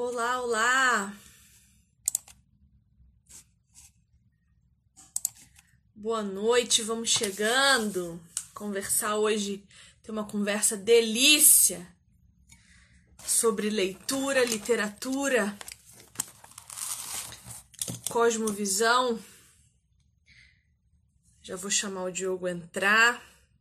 Olá, olá! Boa noite, vamos chegando. Conversar hoje, ter uma conversa delícia sobre leitura, literatura, cosmovisão. Já vou chamar o Diogo a entrar.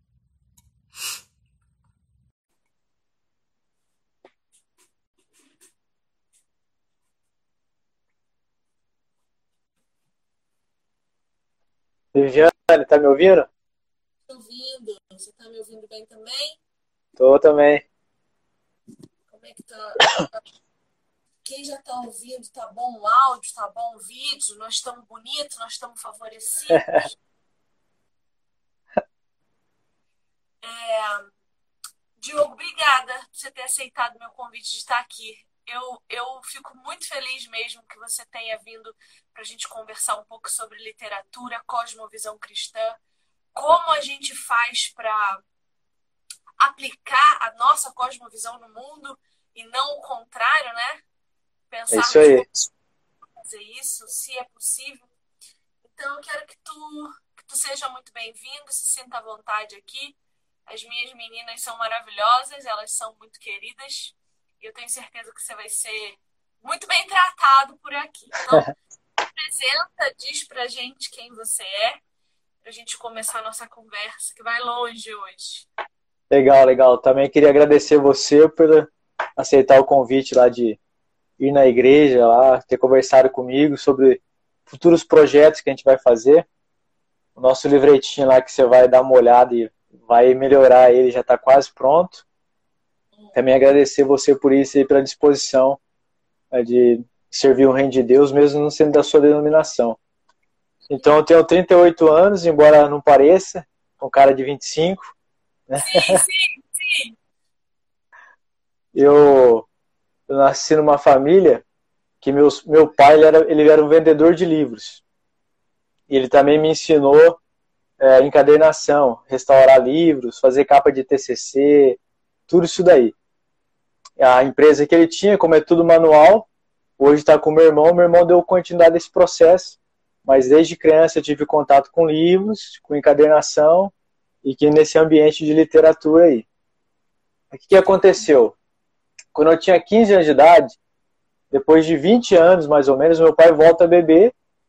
Viviane, tá me ouvindo? Tô ouvindo. Você tá me ouvindo bem também? Tô também. Como é que tá? Quem já tá ouvindo, tá bom o áudio, tá bom o vídeo? Nós estamos bonitos, nós estamos favorecidos. Diogo, obrigada por você ter aceitado meu convite de estar aqui. Eu fico muito feliz mesmo que você tenha vindo para a gente conversar um pouco sobre literatura, cosmovisão cristã, como a gente faz para aplicar a nossa cosmovisão no mundo e não o contrário, né? É isso Pensarmos aí. como fazer isso, se é possível. Então, eu quero que tu seja muito bem-vindo, se sinta à vontade aqui. As minhas meninas são maravilhosas, elas são muito queridas. E eu tenho certeza que você vai ser muito bem tratado por aqui. Então, apresenta, diz pra gente quem você é, pra gente começar a nossa conversa, que vai longe hoje. Legal, legal. Também queria agradecer você por aceitar o convite lá de ir na igreja lá, ter conversado comigo sobre futuros projetos que a gente vai fazer. O nosso livretinho lá que você vai dar uma olhada e vai melhorar ele, já está quase pronto. Também agradecer você por isso e pela disposição de servir o reino de Deus, mesmo não sendo da sua denominação. Então, eu tenho 38 anos, embora não pareça, com cara de 25. Sim, sim, sim. Eu nasci numa família que meu pai ele era um vendedor de livros. E ele também me ensinou encadernação, restaurar livros, fazer capa de TCC, tudo isso daí. A empresa que ele tinha, como é tudo manual, hoje está com meu irmão deu continuidade desse processo, mas desde criança eu tive contato com livros, com encadernação, e que nesse ambiente de literatura aí. O que aconteceu? Quando eu tinha 15 anos de idade, depois de 20 anos, mais ou menos, meu pai volta a beber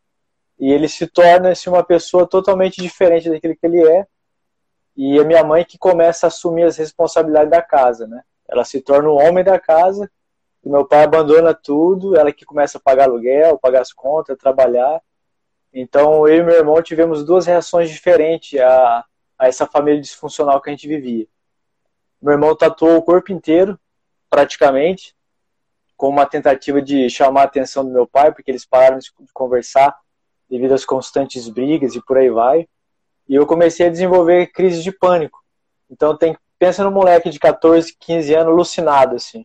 e ele se torna uma pessoa totalmente diferente daquilo que ele é. E a minha mãe que começa a assumir as responsabilidades da casa, né? Ela se torna o homem da casa e meu pai abandona tudo, ela que começa a pagar aluguel, pagar as contas, trabalhar. Então, eu e meu irmão tivemos duas reações diferentes a essa família disfuncional que a gente vivia. Meu irmão tatuou o corpo inteiro, praticamente, com uma tentativa de chamar a atenção do meu pai, porque eles pararam de conversar devido às constantes brigas e por aí vai. E eu comecei a desenvolver crise de pânico. Então, pensa num moleque de 14, 15 anos alucinado, assim.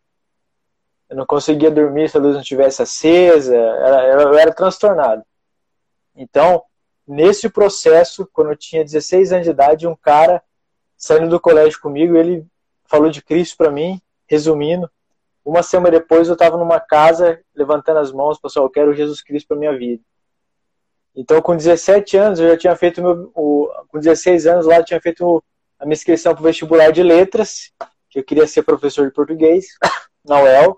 Eu não conseguia dormir se a luz não estivesse acesa, eu era transtornado. Então, nesse processo, quando eu tinha 16 anos de idade, um cara saindo do colégio comigo, ele falou de Cristo para mim, resumindo. Uma semana depois eu estava numa casa, levantando as mãos, pessoal, eu quero Jesus Cristo para minha vida. Então, com 17 anos, eu já tinha feito com 16 anos lá, eu tinha feito a minha inscrição para o vestibular de letras, que eu queria ser professor de português, na UEL.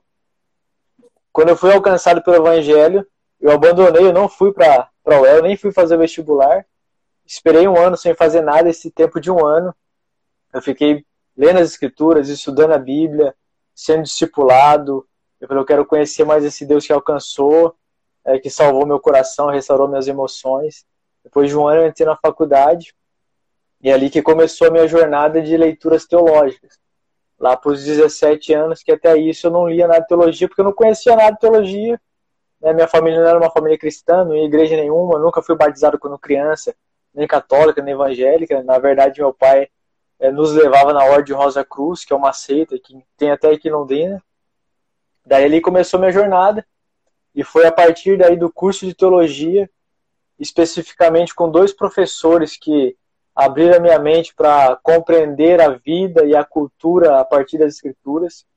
Quando eu fui alcançado pelo Evangelho, eu abandonei, eu não fui para a UEL, nem fui fazer o vestibular. Esperei um ano sem fazer nada, esse tempo de um ano. Eu fiquei lendo as escrituras, estudando a Bíblia, sendo discipulado. Eu falei, eu quero conhecer mais esse Deus que alcançou, que salvou meu coração, restaurou minhas emoções. Depois de um ano eu entrei na faculdade e é ali que começou a minha jornada de leituras teológicas. Lá para os 17 anos, que até isso eu não lia nada de teologia, porque eu não conhecia nada de teologia. Minha família não era uma família cristã, não ia igreja nenhuma, nunca fui batizado quando criança, nem católica, nem evangélica. Na verdade, meu pai nos levava na Ordem Rosa Cruz, que é uma seita que tem até aqui em Londrina. Daí ali começou minha jornada, e foi a partir daí do curso de teologia, especificamente com dois professores que abriram a minha mente para compreender a vida e a cultura a partir das escrituras,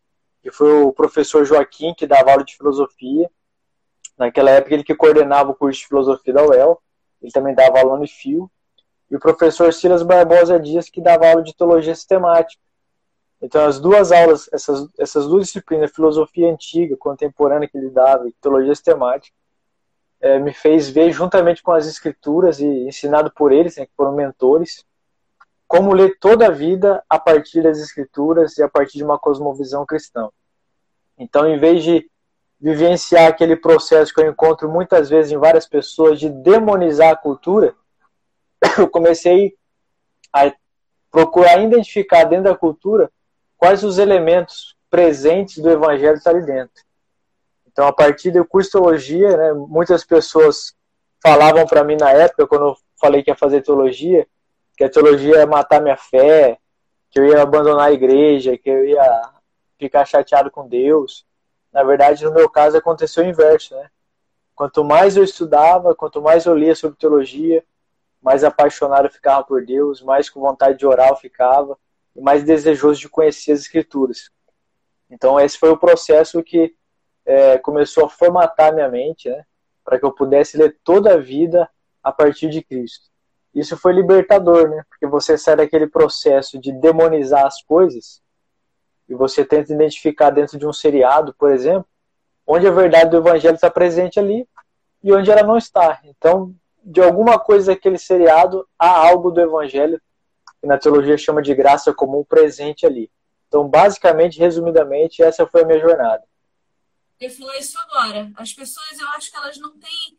que foi o professor Joaquim, que dava aula de filosofia. Naquela época, ele que coordenava o curso de filosofia da UEL, ele também dava aula no Unifil. E o professor Silas Barbosa Dias, que dava aula de teologia sistemática. Então, as duas aulas, essas duas disciplinas, filosofia antiga, contemporânea que ele dava, e teologia sistemática, me fez ver, juntamente com as escrituras, e ensinado por eles, né, que foram mentores, como ler toda a vida a partir das escrituras e a partir de uma cosmovisão cristã. Então, em vez de vivenciar aquele processo que eu encontro muitas vezes em várias pessoas de demonizar a cultura, eu comecei a procurar identificar dentro da cultura quais os elementos presentes do evangelho estão ali dentro. Então, a partir do curso de teologia, né, muitas pessoas falavam para mim na época, quando eu falei que ia fazer teologia, que a teologia ia matar minha fé, que eu ia abandonar a igreja, que eu ia ficar chateado com Deus. Na verdade, no meu caso, aconteceu o inverso, né? Quanto mais eu estudava, quanto mais eu lia sobre teologia, mais apaixonado eu ficava por Deus, mais com vontade de orar eu ficava, e mais desejoso de conhecer as Escrituras. Então, esse foi o processo que começou a formatar minha mente, né? Para que eu pudesse ler toda a vida a partir de Cristo. Isso foi libertador, né? Porque você sai daquele processo de demonizar as coisas e você tenta identificar dentro de um seriado, por exemplo, onde a verdade do evangelho está presente ali e onde ela não está. Então, de alguma coisa daquele seriado, há algo do evangelho, que na teologia chama de graça comum, presente ali. Então, basicamente, resumidamente, essa foi a minha jornada. Ele falou isso agora. As pessoas, eu acho que elas não têm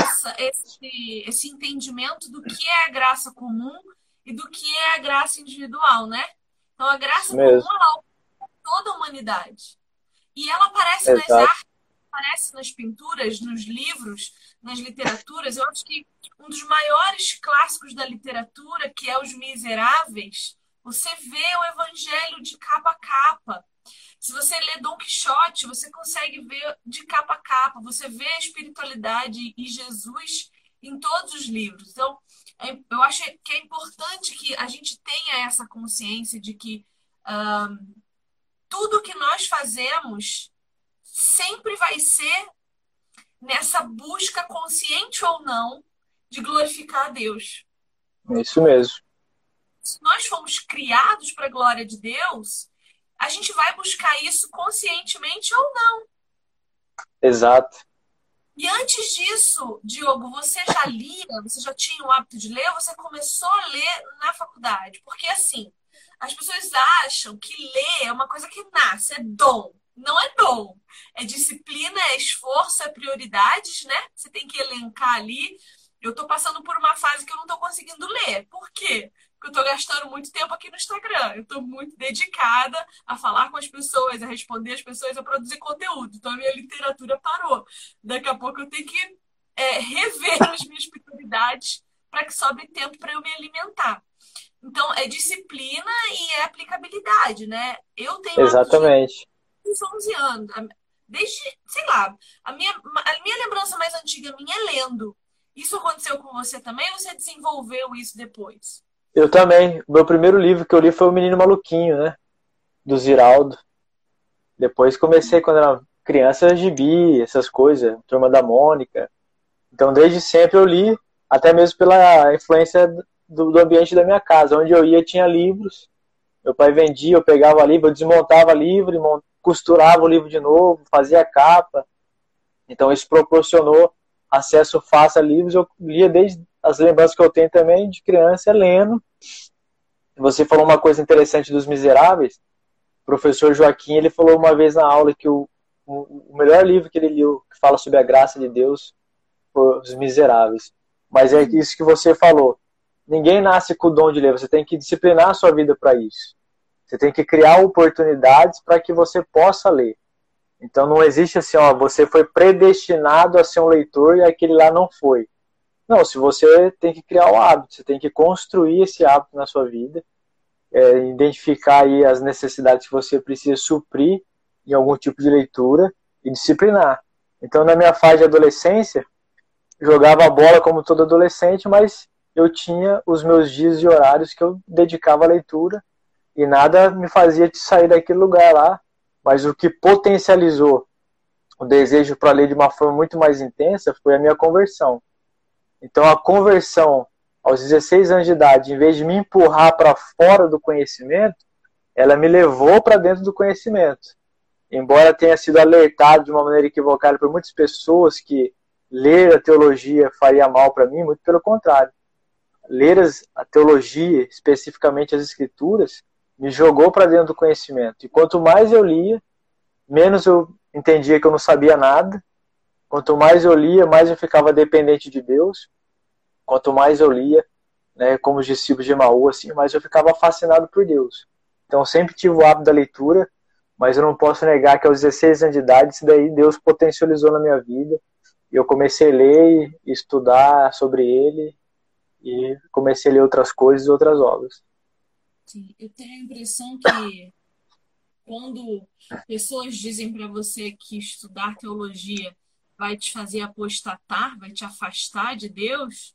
esse entendimento do que é a graça comum e do que é a graça individual, né? Então, a graça comum é algo para toda a humanidade. E ela aparece nas artes, aparece nas pinturas, nos livros, nas literaturas. Eu acho que um dos maiores clássicos da literatura, que é Os Miseráveis, você vê o evangelho de capa a capa. Se você lê Dom Quixote, você consegue ver de capa a capa. Você vê a espiritualidade e Jesus em todos os livros. Então, eu acho que é importante que a gente tenha essa consciência de que tudo que nós fazemos sempre vai ser nessa busca, consciente ou não, de glorificar a Deus. É isso mesmo. Se nós fomos criados para a glória de Deus, a gente vai buscar isso conscientemente ou não. Exato. E antes disso, Diogo, você já lia, você já tinha o hábito de ler, ou você começou a ler na faculdade? Porque, assim, as pessoas acham que ler é uma coisa que nasce, é dom. Não é dom. É disciplina, é esforço, é prioridades, né? Você tem que elencar ali. Eu tô passando por uma fase que eu não tô conseguindo ler. Por quê? Porque eu tô gastando muito tempo aqui no Instagram. Eu tô muito dedicada a falar com as pessoas, a responder as pessoas, a produzir conteúdo. Então a minha literatura parou. Daqui a pouco eu tenho que rever as minhas prioridades para que sobre tempo para eu me alimentar. Então é disciplina e é aplicabilidade, né? Eu tenho Exatamente. 11 anos. Desde, sei lá, a minha lembrança mais antiga minha é lendo. Isso aconteceu com você também ou você desenvolveu isso depois? Eu também. O meu primeiro livro que eu li foi O Menino Maluquinho, né? Do Ziraldo. Depois comecei, quando era criança, gibi, essas coisas, Turma da Mônica. Então, desde sempre eu li, até mesmo pela influência do ambiente da minha casa. Onde eu ia tinha livros. Meu pai vendia, eu pegava livro, eu desmontava livro, costurava o livro de novo, fazia capa. Então, isso proporcionou acesso fácil a livros. Eu lia desde as lembranças que eu tenho também de criança, lendo. Você falou uma coisa interessante dos Miseráveis. O professor Joaquim, ele falou uma vez na aula que o melhor livro que ele leu, que fala sobre a graça de Deus, foi Os Miseráveis. Mas é isso que você falou. Ninguém nasce com o dom de ler. Você tem que disciplinar a sua vida para isso. Você tem que criar oportunidades para que você possa ler. Então não existe assim, ó, você foi predestinado a ser um leitor e aquele lá não foi. Não, se você tem que criar o hábito, você tem que construir esse hábito na sua vida, identificar aí as necessidades que você precisa suprir em algum tipo de leitura e disciplinar. Então, na minha fase de adolescência, jogava bola como todo adolescente, mas eu tinha os meus dias e horários que eu dedicava à leitura e nada me fazia sair daquele lugar lá, mas o que potencializou o desejo para ler de uma forma muito mais intensa foi a minha conversão. Então a conversão aos 16 anos de idade, em vez de me empurrar para fora do conhecimento, ela me levou para dentro do conhecimento. Embora tenha sido alertado de uma maneira equivocada por muitas pessoas que ler a teologia faria mal para mim, muito pelo contrário. Ler a teologia, especificamente as escrituras, me jogou para dentro do conhecimento. E quanto mais eu lia, menos eu entendia que eu não sabia nada. Quanto mais eu lia, mais eu ficava dependente de Deus. Quanto mais eu lia, né, como os discípulos de Emaú, assim, mais eu ficava fascinado por Deus. Então eu sempre tive o hábito da leitura, mas eu não posso negar que aos 16 anos de idade, isso daí Deus potencializou na minha vida. E eu comecei a ler e estudar sobre ele, e comecei a ler outras coisas e outras obras. Sim, eu tenho a impressão que quando pessoas dizem para você que estudar teologia vai te fazer apostatar, vai te afastar de Deus,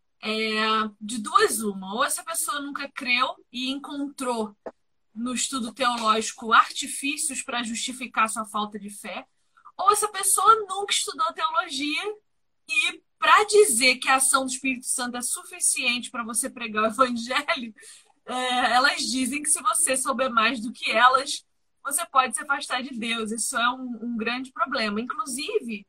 de duas uma. Ou essa pessoa nunca creu e encontrou no estudo teológico artifícios para justificar sua falta de fé, ou essa pessoa nunca estudou teologia e para dizer que a ação do Espírito Santo é suficiente para você pregar o evangelho, elas dizem que se você souber mais do que elas, você pode se afastar de Deus. Isso é um grande problema. Inclusive,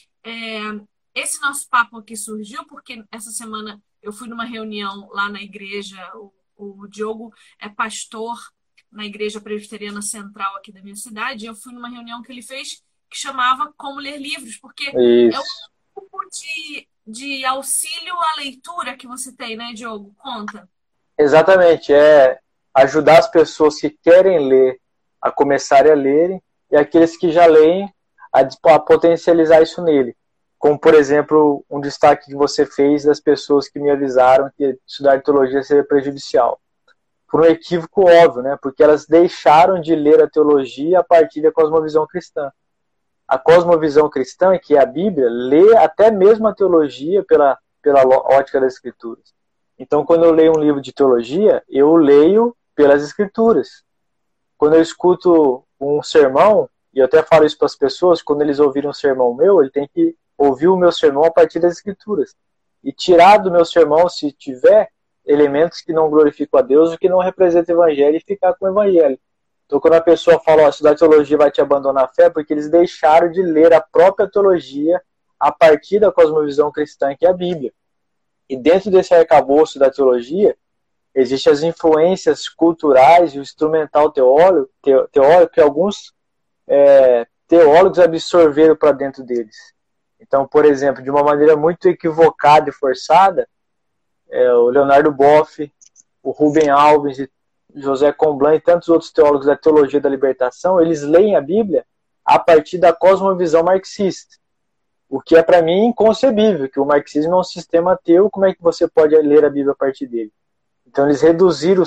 esse nosso papo aqui surgiu porque essa semana eu fui numa reunião lá na igreja. O Diogo é pastor na Igreja Presbiteriana Central aqui da minha cidade. Eu fui numa reunião que ele fez que chamava Como Ler Livros, porque Isso. é um tipo de auxílio à leitura que você tem, né, Diogo? Conta. Exatamente, é ajudar as pessoas que querem ler a começarem a lerem e aqueles que já leem a potencializar isso nele. Como, por exemplo, um destaque que você fez das pessoas que me avisaram que estudar teologia seria prejudicial. Por um equívoco óbvio, né? Porque elas deixaram de ler a teologia a partir da cosmovisão cristã. A cosmovisão cristã, que é a Bíblia, lê até mesmo a teologia pela ótica das Escrituras. Então, quando eu leio um livro de teologia, eu leio pelas Escrituras. Quando eu escuto um sermão, e eu até falo isso para as pessoas, quando eles ouvirem um sermão meu, ele tem que ouvir o meu sermão a partir das Escrituras. E tirar do meu sermão, se tiver elementos que não glorificam a Deus, o que não representa o Evangelho, e ficar com o Evangelho. Então, quando a pessoa fala, estudar teologia vai te abandonar a fé, porque eles deixaram de ler a própria teologia a partir da cosmovisão cristã, que é a Bíblia. E dentro desse arcabouço da teologia, existem as influências culturais e o instrumental teórico que alguns teólogos absorveram para dentro deles. Então, por exemplo, de uma maneira muito equivocada e forçada, o Leonardo Boff, o Rubem Alves, José Comblan e tantos outros teólogos da teologia da libertação, eles leem a Bíblia a partir da cosmovisão marxista. O que é para mim inconcebível, que o marxismo é um sistema ateu, como é que você pode ler a Bíblia a partir dele? Então eles reduziram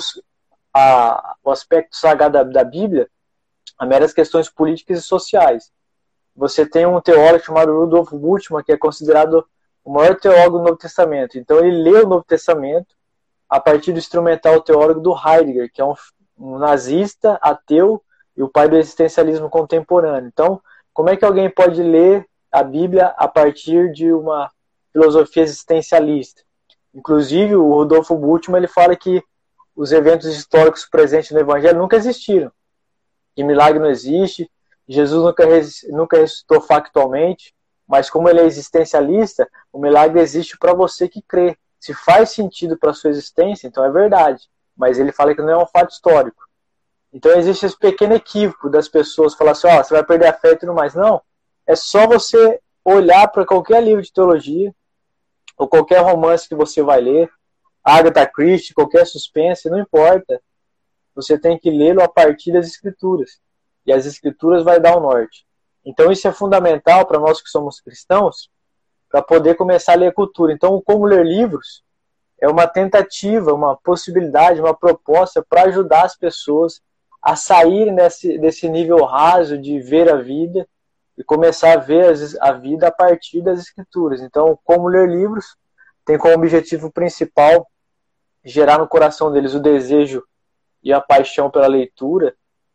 o aspecto sagrado da Bíblia a meras questões políticas e sociais. Você tem um teólogo chamado Rudolf Bultmann, que é considerado o maior teólogo do Novo Testamento. Então ele lê o Novo Testamento a partir do instrumental teórico do Heidegger, que é um nazista, ateu e o pai do existencialismo contemporâneo. Então, como é que alguém pode ler a Bíblia a partir de uma filosofia existencialista? Inclusive, o Rudolf Bultmann ele fala que os eventos históricos presentes no Evangelho nunca existiram, que milagre não existe, Jesus nunca ressuscitou factualmente, mas como ele é existencialista, o milagre existe para você que crê. Se faz sentido para a sua existência, então é verdade. Mas ele fala que não é um fato histórico. Então existe esse pequeno equívoco das pessoas falar assim, você vai perder a fé e tudo mais. Não, é só você olhar para qualquer livro de teologia, ou qualquer romance que você vai ler, Agatha Christie, qualquer suspense, não importa. Você tem que lê-lo a partir das Escrituras. E as Escrituras vai dar o norte. Então isso é fundamental para nós que somos cristãos, para poder começar a ler a cultura. Então, como ler livros é uma tentativa, uma possibilidade, uma proposta para ajudar as pessoas a saírem desse nível raso de ver a vida e começar a ver a vida a partir das Escrituras. Então, como ler livros tem como objetivo principal gerar no coração deles o desejo e a paixão pela leitura,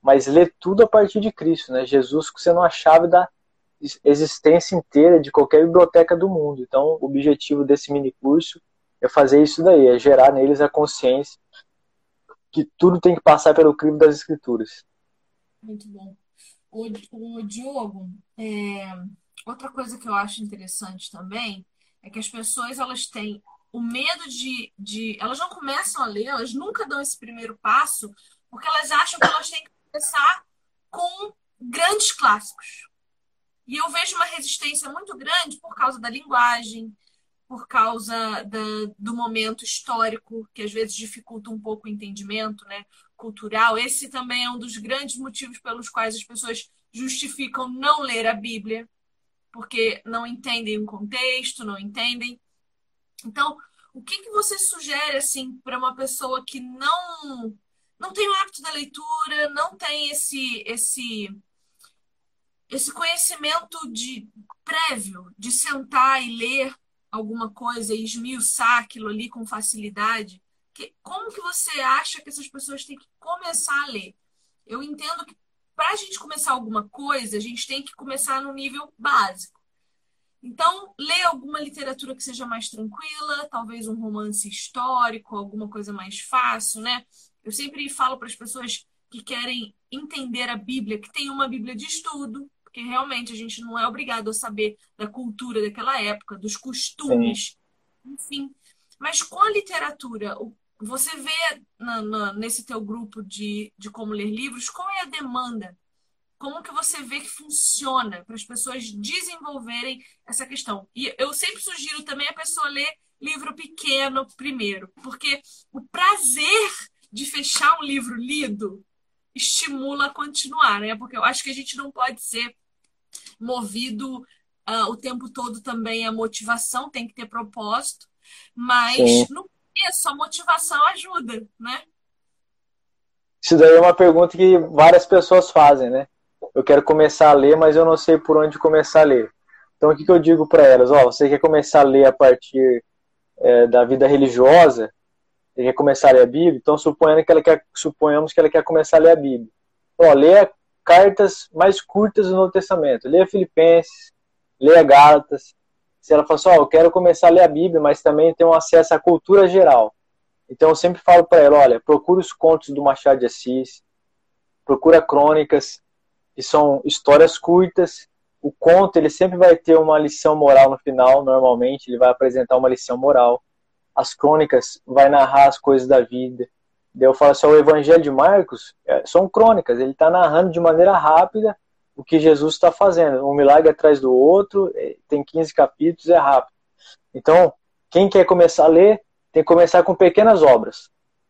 mas ler tudo a partir de Cristo, né? Jesus sendo a chave da existência inteira de qualquer biblioteca do mundo. Então, o objetivo desse mini curso é fazer isso daí, é gerar neles a consciência que tudo tem que passar pelo crivo das Escrituras. Muito bom. O Diogo, outra coisa que eu acho interessante também é que as pessoas elas têm o medo elas não começam a ler, elas nunca dão esse primeiro passo, porque elas acham que elas têm que começar com grandes clássicos. E eu vejo uma resistência muito grande por causa da linguagem, por causa do momento histórico, que às vezes dificulta um pouco o entendimento, né, cultural. Esse também é um dos grandes motivos pelos quais as pessoas justificam não ler a Bíblia, porque não entendem o contexto, não entendem. Então, o que você sugere assim para uma pessoa que não tem o hábito da leitura, não tem esse conhecimento prévio de sentar e ler alguma coisa e esmiuçar aquilo ali com facilidade? Como que você acha que essas pessoas têm que começar a ler? Eu entendo que para a gente começar alguma coisa, a gente tem que começar no nível básico. Então, ler alguma literatura que seja mais tranquila, talvez um romance histórico, alguma coisa mais fácil, né? Eu sempre falo para as pessoas que querem entender a Bíblia, que tem uma Bíblia de estudo, porque realmente a gente não é obrigado a saber da cultura daquela época, dos costumes, enfim. Mas com a literatura, você vê nesse teu grupo de como ler livros, qual é a demanda? Como que você vê que funciona para as pessoas desenvolverem essa questão? E eu sempre sugiro também a pessoa ler livro pequeno primeiro, porque o prazer de fechar um livro lido estimula a continuar, né? Porque eu acho que a gente não pode ser movido o tempo todo também a motivação, tem que ter propósito, mas no começo a motivação ajuda, né? Isso daí é uma pergunta que várias pessoas fazem, né? Eu quero começar a ler, mas eu não sei por onde começar a ler. Então, o que eu digo para elas? Você quer começar a ler a partir da vida religiosa? Você quer começar a ler a Bíblia? Então, suponhamos que ela quer começar a ler a Bíblia. Leia cartas mais curtas do Novo Testamento. Leia Filipenses, leia Gálatas. Se ela fala assim, eu quero começar a ler a Bíblia, mas também ter um acesso à cultura geral. Então, eu sempre falo para ela, procura os contos do Machado de Assis, procura crônicas, que são histórias curtas. O conto, ele sempre vai ter uma lição moral no final, normalmente, ele vai apresentar uma lição moral. As crônicas vai narrar as coisas da vida. Daí eu falo assim, o Evangelho de Marcos são crônicas, ele está narrando de maneira rápida o que Jesus está fazendo. Um milagre atrás do outro, tem 15 capítulos, é rápido. Então, quem quer começar a ler, tem que começar com pequenas obras.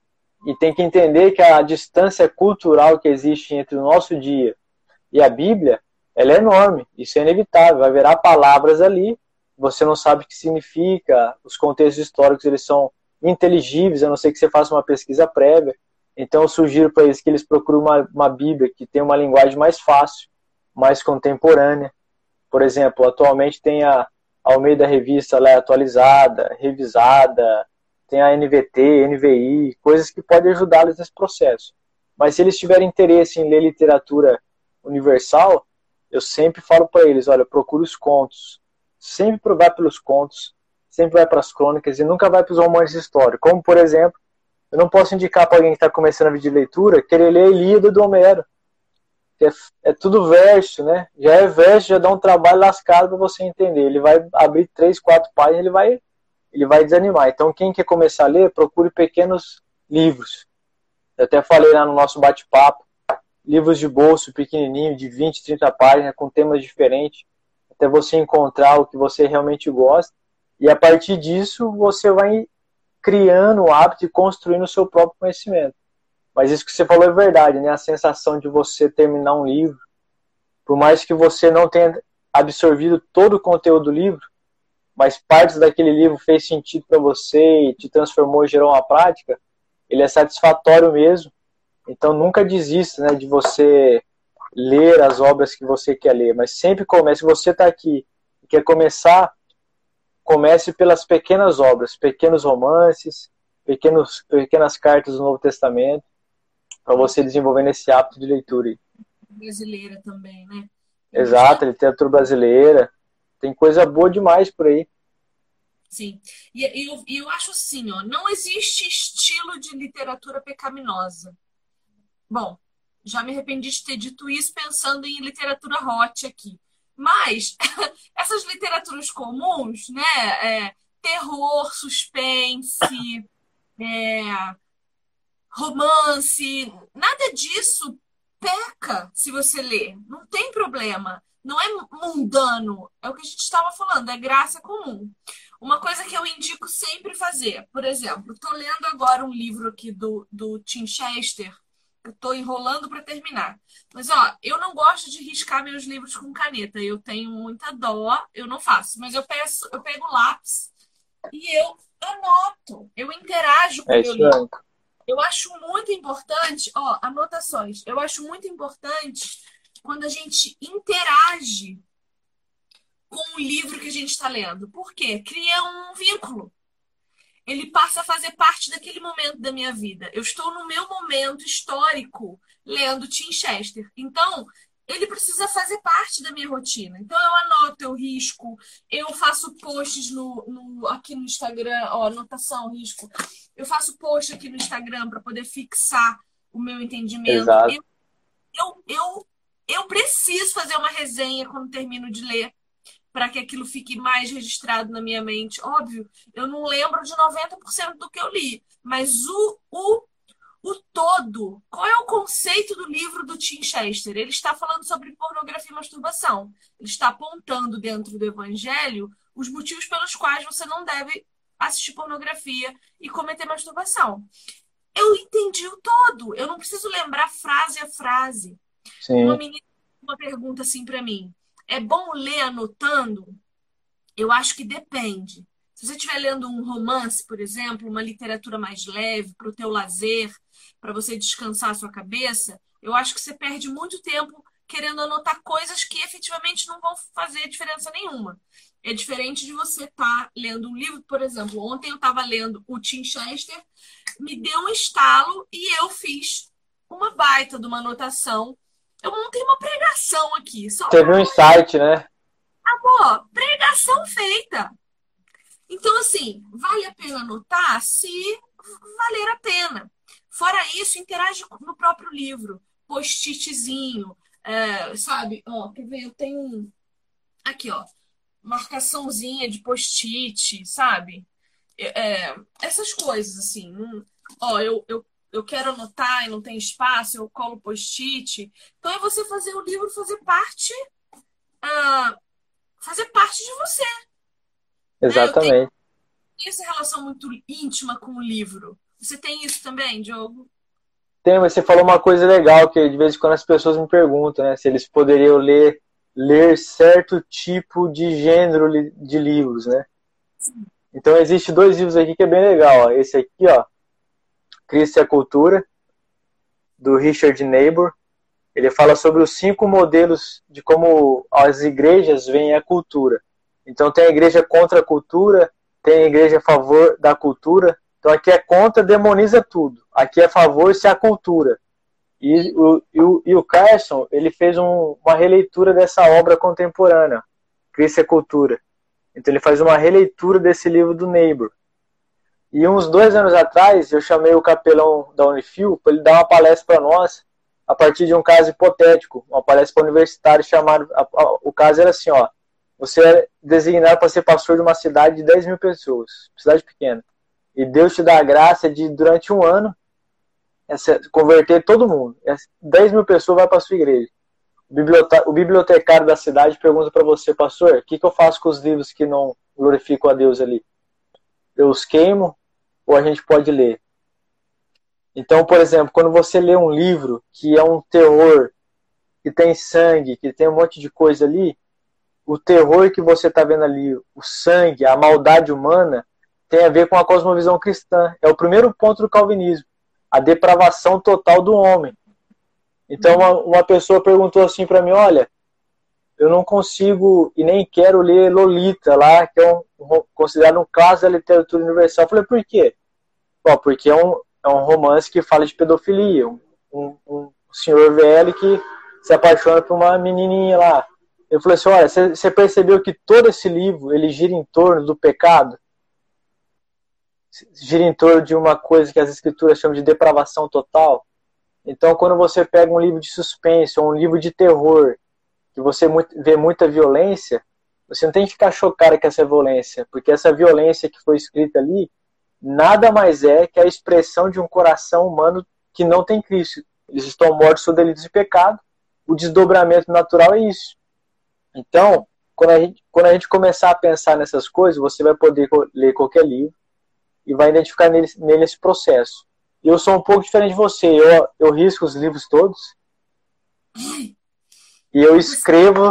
E tem que entender que a distância cultural que existe entre o nosso dia e a Bíblia, ela é enorme, isso é inevitável, haverá palavras ali, você não sabe o que significa, os contextos históricos eles são inteligíveis, a não ser que você faça uma pesquisa prévia. Então eu sugiro para eles que eles procurem uma Bíblia que tenha uma linguagem mais fácil, mais contemporânea. Por exemplo, atualmente tem a Almeida Revista lá, atualizada, revisada, tem a NVT, NVI, coisas que podem ajudá-los nesse processo. Mas se eles tiverem interesse em ler literatura universal, eu sempre falo para eles, procura os contos, sempre vai pelos contos, sempre vai para as crônicas e nunca vai para os romances históricos. Como, por exemplo, eu não posso indicar para alguém que está começando a vida de leitura querer ler a Ilíada do Homero, que é tudo verso, né? Já é verso, já dá um trabalho lascado para você entender. Ele vai abrir 3, 4 páginas, ele vai desanimar. Então, quem quer começar a ler, procure pequenos livros. Eu até falei lá no nosso bate-papo, livros de bolso pequenininho, de 20, 30 páginas, com temas diferentes, até você encontrar o que você realmente gosta. E a partir disso, você vai criando o hábito e construindo o seu próprio conhecimento. Mas isso que você falou é verdade, né? A sensação de você terminar um livro, por mais que você não tenha absorvido todo o conteúdo do livro, mas partes daquele livro fez sentido para você e te transformou e gerou uma prática, ele é satisfatório mesmo. Então nunca desista, né, de você ler as obras que você quer ler, mas sempre comece. Se você está aqui e quer começar, comece pelas pequenas obras, pequenos romances, pequenas cartas do Novo Testamento. para você desenvolvendo esse hábito de leitura aí. Brasileira também, né? Exato, literatura brasileira. Tem coisa boa demais por aí. Sim. E eu acho assim, ó, não existe estilo de literatura pecaminosa. Bom, já me arrependi de ter dito isso pensando em literatura hot aqui. Mas essas literaturas comuns, né? Terror, suspense, é, romance, nada disso peca se você ler. Não tem problema. Não é mundano. É o que a gente estava falando, é graça comum. Uma coisa que eu indico sempre fazer, por exemplo, estou lendo agora um livro aqui do Tim Chester. Eu estou enrolando para terminar. Mas, ó, eu não gosto de riscar meus livros com caneta. Eu tenho muita dó, eu não faço. Mas eu pego lápis e eu anoto. Eu interajo com o meu livro. Eu acho muito importante, ó, anotações. Eu acho muito importante quando a gente interage com o livro que a gente está lendo. Por quê? Cria um vínculo. Ele passa a fazer parte daquele momento da minha vida. Eu estou no meu momento histórico lendo Tim Chester. Então, ele precisa fazer parte da minha rotina. Então, eu anoto, eu risco, eu faço posts aqui no Instagram, ó, anotação, risco. Eu faço post aqui no Instagram para poder fixar o meu entendimento. Exato. Eu preciso fazer uma resenha quando termino de ler, para que aquilo fique mais registrado na minha mente. Óbvio, eu não lembro de 90% do que eu li, mas o todo, qual é o conceito do livro do Tim Chester? Ele está falando sobre pornografia e masturbação. Ele está apontando dentro do evangelho os motivos pelos quais você não deve assistir pornografia e cometer masturbação. Eu entendi o todo. Eu não preciso lembrar frase a frase. Sim. Uma menina uma pergunta assim para mim. É bom ler anotando? Eu acho que depende. Se você estiver lendo um romance, por exemplo, uma literatura mais leve, para o teu lazer, para você descansar a sua cabeça, eu acho que você perde muito tempo querendo anotar coisas que efetivamente não vão fazer diferença nenhuma. É diferente de você estar lendo um livro, por exemplo, ontem eu estava lendo o Tim Chester, me deu um estalo e eu fiz uma baita de uma anotação. Eu montei uma pregação aqui. Teve um insight, né? Amor, pregação feita. Então, assim, vale a pena anotar se valer a pena. Fora isso, interage no próprio livro. Post-itzinho, sabe? Ó, quer ver? Eu tenho aqui, ó, marcaçãozinha de post-it, sabe? Essas coisas, assim. Ó, eu quero anotar e não tem espaço, eu colo post-it. Então é você fazer o livro fazer parte de você. Exatamente. Eu tenho essa relação muito íntima com o livro. Você tem isso também, Diogo? Tem, mas você falou uma coisa legal, que de vez em quando as pessoas me perguntam, né, se eles poderiam ler certo tipo de gênero de livros, né? Sim. Então, existe 2 livros aqui que é bem legal, ó. Esse aqui, ó, Cristo e a Cultura, do Richard Niebuhr. Ele fala sobre os 5 modelos de como as igrejas veem a cultura. Então, tem a igreja contra a cultura, tem a igreja a favor da cultura. Então, aqui é contra, demoniza tudo. Aqui é a favor, se é a cultura. E o Carson, ele fez uma releitura dessa obra contemporânea, Cristo e a Cultura. Então, ele faz uma releitura desse livro do Niebuhr. E uns 2 anos atrás, eu chamei o capelão da Unifil para ele dar uma palestra para nós, a partir de um caso hipotético, uma palestra para universitários chamado. O caso era assim, ó. Você é designado para ser pastor de uma cidade de 10 mil pessoas, cidade pequena. E Deus te dá a graça de, durante um ano, converter todo mundo. 10 mil pessoas vai para a sua igreja. O bibliotecário da cidade pergunta para você, pastor, o que eu faço com os livros que não glorificam a Deus ali? Eu os queimo ou a gente pode ler? Então, por exemplo, quando você lê um livro que é um terror, que tem sangue, que tem um monte de coisa ali, o terror que você está vendo ali, o sangue, a maldade humana, tem a ver com a cosmovisão cristã. É o primeiro ponto do calvinismo, a depravação total do homem. Então, uma pessoa perguntou assim para mim, olha, eu não consigo e nem quero ler Lolita lá, que é considerado um clássico da literatura universal. Eu falei, por quê? Porque é um romance que fala de pedofilia, um um senhor velho que se apaixona por uma menininha lá. Eu falei assim, olha, você percebeu que todo esse livro, ele gira em torno do pecado? Gira em torno de uma coisa que as escrituras chamam de depravação total? Então, quando você pega um livro de suspense ou um livro de terror, que você vê muita violência, você não tem que ficar chocado com essa violência, porque essa violência que foi escrita ali, nada mais é que a expressão de um coração humano que não tem Cristo. Eles estão mortos sob delitos de pecado. O desdobramento natural é isso. Então, quando a gente começar a pensar nessas coisas, você vai poder ler qualquer livro e vai identificar nele esse processo. E eu sou um pouco diferente de você. Eu risco os livros todos e eu escrevo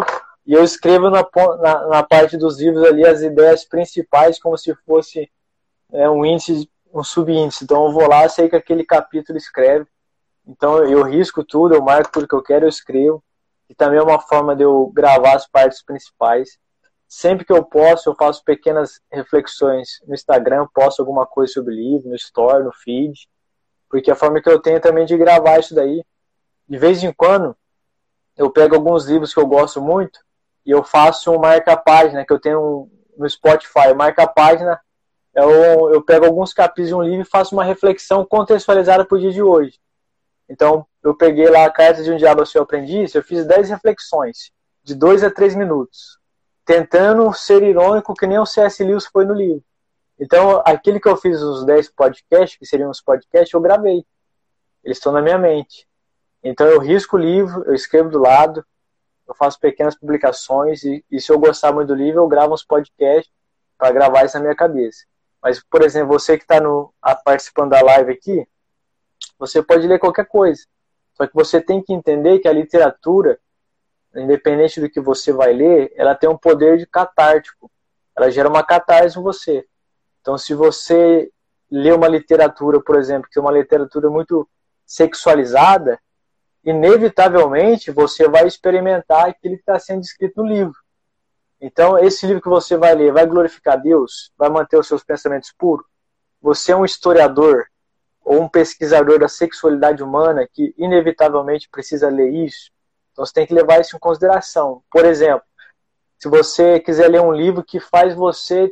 na parte dos livros ali as ideias principais como se fosse um índice, um subíndice. Então eu vou lá, sei que aquele capítulo escreve. Então eu risco tudo, eu marco tudo que eu quero, eu escrevo. E também é uma forma de eu gravar as partes principais. Sempre que eu posso, eu faço pequenas reflexões no Instagram, posto alguma coisa sobre o livro, no Story, no feed. Porque a forma que eu tenho também de gravar isso daí. De vez em quando, eu pego alguns livros que eu gosto muito e eu faço um marca-página que eu tenho no Spotify. O marca-página, eu pego alguns capítulos de um livro e faço uma reflexão contextualizada para o dia de hoje. Então, eu peguei lá a Carta de um Diabo ao Seu Aprendiz, eu fiz 10 reflexões, de 2 a 3 minutos, tentando ser irônico que nem o C.S. Lewis foi no livro. Então, aquilo que eu fiz, os 10 podcasts, que seriam os podcasts, eu gravei. Eles estão na minha mente. Então, eu risco o livro, eu escrevo do lado, eu faço pequenas publicações, e se eu gostar muito do livro, eu gravo uns podcasts para gravar isso na minha cabeça. Mas, por exemplo, você que está participando da live aqui, você pode ler qualquer coisa. Só que você tem que entender que a literatura, independente do que você vai ler, ela tem um poder de catártico. Ela gera uma catarse em você. Então, se você lê uma literatura, por exemplo, que é uma literatura muito sexualizada, inevitavelmente você vai experimentar aquilo que está sendo escrito no livro. Então, esse livro que você vai ler vai glorificar Deus? Vai manter os seus pensamentos puros? Você é um historiador ou um pesquisador da sexualidade humana que inevitavelmente precisa ler isso? Então, você tem que levar isso em consideração. Por exemplo, se você quiser ler um livro que faz você...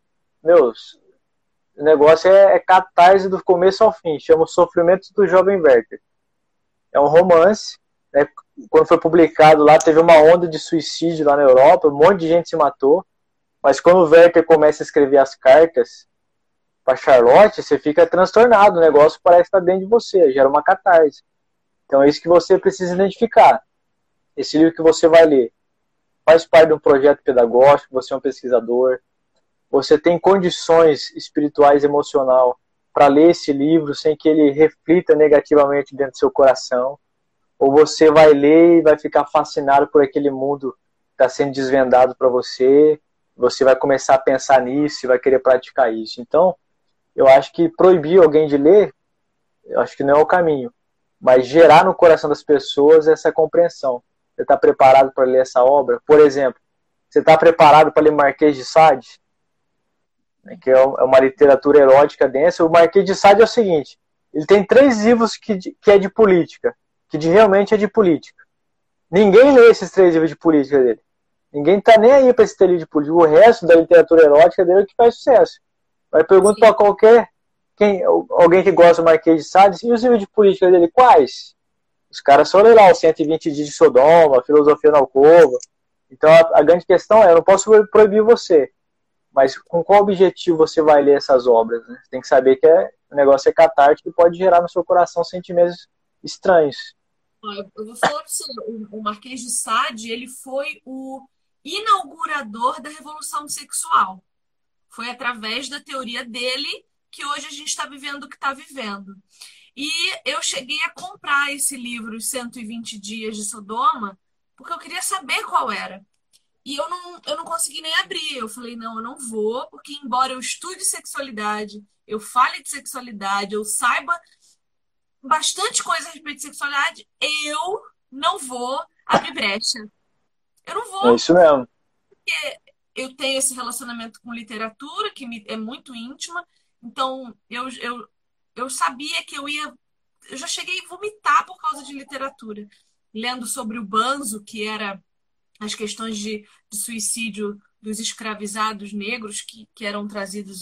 O negócio é catarse do começo ao fim. Chama O Sofrimento do Jovem Werther. É um romance, né? Quando foi publicado lá, teve uma onda de suicídio lá na Europa, um monte de gente se matou, mas quando o Werther começa a escrever as cartas para Charlotte, você fica transtornado, o negócio parece estar dentro de você, gera uma catarse. Então é isso que você precisa identificar. Esse livro que você vai ler faz parte de um projeto pedagógico, você é um pesquisador, você tem condições espirituais e emocional para ler esse livro sem que ele reflita negativamente dentro do seu coração, ou você vai ler e vai ficar fascinado por aquele mundo que está sendo desvendado para você, você vai começar a pensar nisso e vai querer praticar isso. Então, eu acho que proibir alguém de ler, eu acho que não é o caminho, mas gerar no coração das pessoas essa compreensão. Você está preparado para ler essa obra? Por exemplo, você está preparado para ler Marquês de Sade? Que é uma literatura erótica densa. O Marquês de Sade é o seguinte, ele tem 3 livros que é de política, realmente é de política. Ninguém lê esses 3 livros de política dele. Ninguém tá nem aí para esse livro de política. O resto da literatura erótica dele é o que faz sucesso. Mas pergunta para alguém que gosta do Marquês de Sade, e os livros de política dele, quais? Os caras só lê lá os 120 dias de Sodoma, Filosofia na Alcova. Então a grande questão é, eu não posso proibir você, mas com qual objetivo você vai ler essas obras? Né? Você tem que saber que o negócio é catártico e pode gerar no seu coração sentimentos estranhos. Eu vou falar para você, o Marquês de Sade, ele foi o inaugurador da Revolução Sexual. Foi através da teoria dele que hoje a gente está vivendo o que está vivendo. E eu cheguei a comprar esse livro, Os 120 Dias de Sodoma, porque eu queria saber qual era. E eu não consegui nem abrir. Eu falei, não, eu não vou, porque embora eu estude sexualidade, eu fale de sexualidade, eu saiba bastante coisa a respeito de sexualidade, eu não vou abrir brecha. Eu não vou. É isso mesmo. Porque eu tenho esse relacionamento com literatura, que é muito íntima, então eu sabia que eu ia eu já cheguei a vomitar por causa de literatura. Lendo sobre o Banzo, que era as questões de suicídio dos escravizados negros que eram trazidos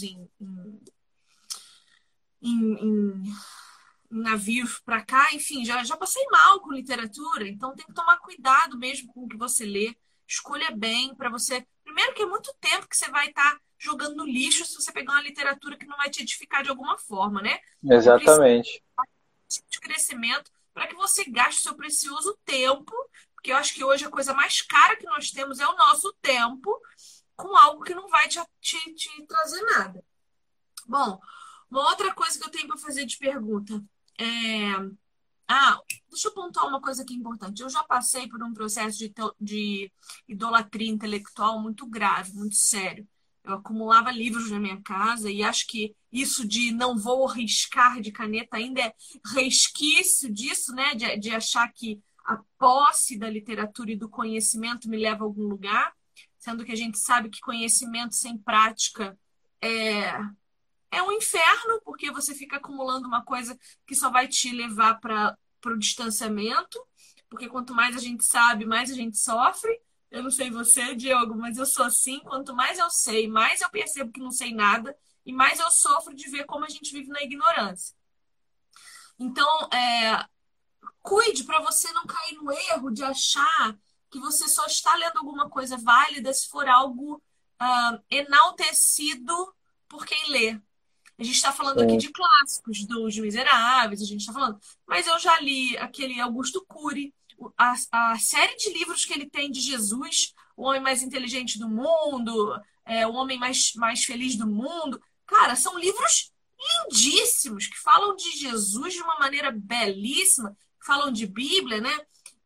em navios para cá. Enfim, já passei mal com literatura, então tem que tomar cuidado mesmo com o que você lê. Escolha bem para você. Primeiro, que é muito tempo que você vai estar jogando no lixo se você pegar uma literatura que não vai te edificar de alguma forma, né? E precisa Exatamente. de crescimento para que você gaste seu precioso tempo, porque eu acho que hoje a coisa mais cara que nós temos é o nosso tempo, com algo que não vai te trazer nada. Bom, uma outra coisa que eu tenho para fazer de pergunta é. Ah, deixa eu pontuar uma coisa aqui importante. Eu já passei por um processo de idolatria intelectual muito grave, muito sério. Eu acumulava livros na minha casa e acho que isso de não vou riscar de caneta ainda é resquício disso, né? De achar que a posse da literatura e do conhecimento me leva a algum lugar, sendo que a gente sabe que conhecimento sem prática é um inferno, porque você fica acumulando uma coisa que só vai te levar para o distanciamento, porque quanto mais a gente sabe, mais a gente sofre. Eu não sei você, Diogo, mas eu sou assim. Quanto mais eu sei, mais eu percebo que não sei nada e mais eu sofro de ver como a gente vive na ignorância. Então, cuide para você não cair no erro de achar que você só está lendo alguma coisa válida se for algo enaltecido por quem lê. A gente está falando aqui Sim. de clássicos, dos Miseráveis, a gente está falando. Mas eu já li aquele Augusto Cury, a série de livros que ele tem de Jesus, o homem mais inteligente do mundo, o homem mais feliz do mundo. Cara, são livros lindíssimos, que falam de Jesus de uma maneira belíssima, falam de Bíblia, né?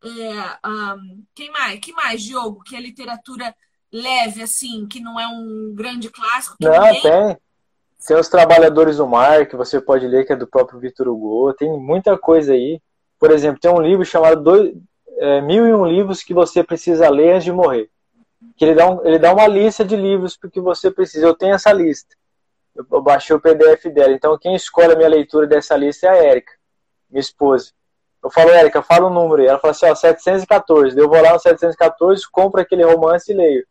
Que mais, Diogo? Que é literatura leve, assim, que não é um grande clássico, que Não, ninguém... tem os Trabalhadores do Mar, que você pode ler, que é do próprio Victor Hugo. Tem muita coisa aí. Por exemplo, tem um livro chamado 1001 livros que você precisa ler antes de morrer. Que ele dá uma lista de livros que você precisa. Eu tenho essa lista. Eu baixei o PDF dela. Então, quem escolhe a minha leitura dessa lista é a Érica, minha esposa. Eu falo, Érica, fala o número aí. Ela fala assim, 714. Eu vou lá no 714, compro aquele romance e leio.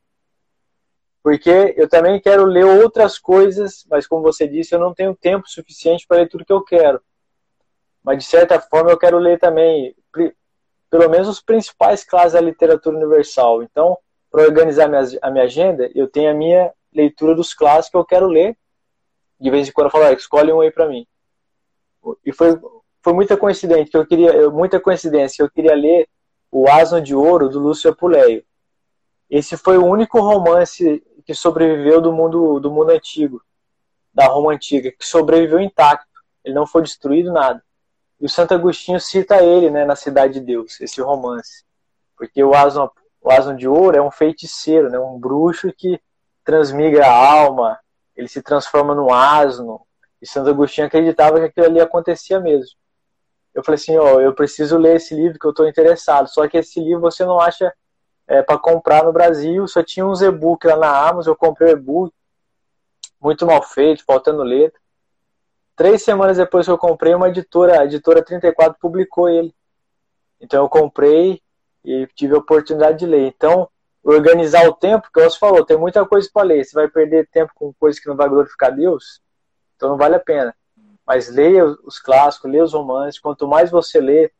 Porque eu também quero ler outras coisas, mas como você disse, eu não tenho tempo suficiente para ler tudo que eu quero. Mas de certa forma eu quero ler também, pelo menos os principais clássicos da literatura universal. Então, para organizar a minha agenda, eu tenho a minha leitura dos clássicos que eu quero ler. De vez em quando eu falo, escolhe um aí para mim. E foi muita coincidência que eu queria ler O Asno de Ouro, do Lúcio Apuleio. Esse foi o único romance que sobreviveu do mundo antigo, da Roma antiga, que sobreviveu intacto. Ele não foi destruído, nada. E o Santo Agostinho cita ele, né, na Cidade de Deus, esse romance. Porque o Asno de Ouro é um feiticeiro, né, um bruxo que transmigra a alma, ele se transforma num asno. E Santo Agostinho acreditava que aquilo ali acontecia mesmo. Eu falei assim, eu preciso ler esse livro que eu estou interessado. Só que esse livro você não acha para comprar no Brasil, só tinha uns e-book lá na Amazon, eu comprei o e-book, muito mal feito, faltando letra. 3 semanas depois que eu comprei, a editora 34 publicou ele. Então eu comprei e tive a oportunidade de ler. Então, organizar o tempo, que você falou, tem muita coisa para ler, você vai perder tempo com coisa que não vai glorificar Deus, então não vale a pena. Mas leia os clássicos, leia os romances, quanto mais você lê,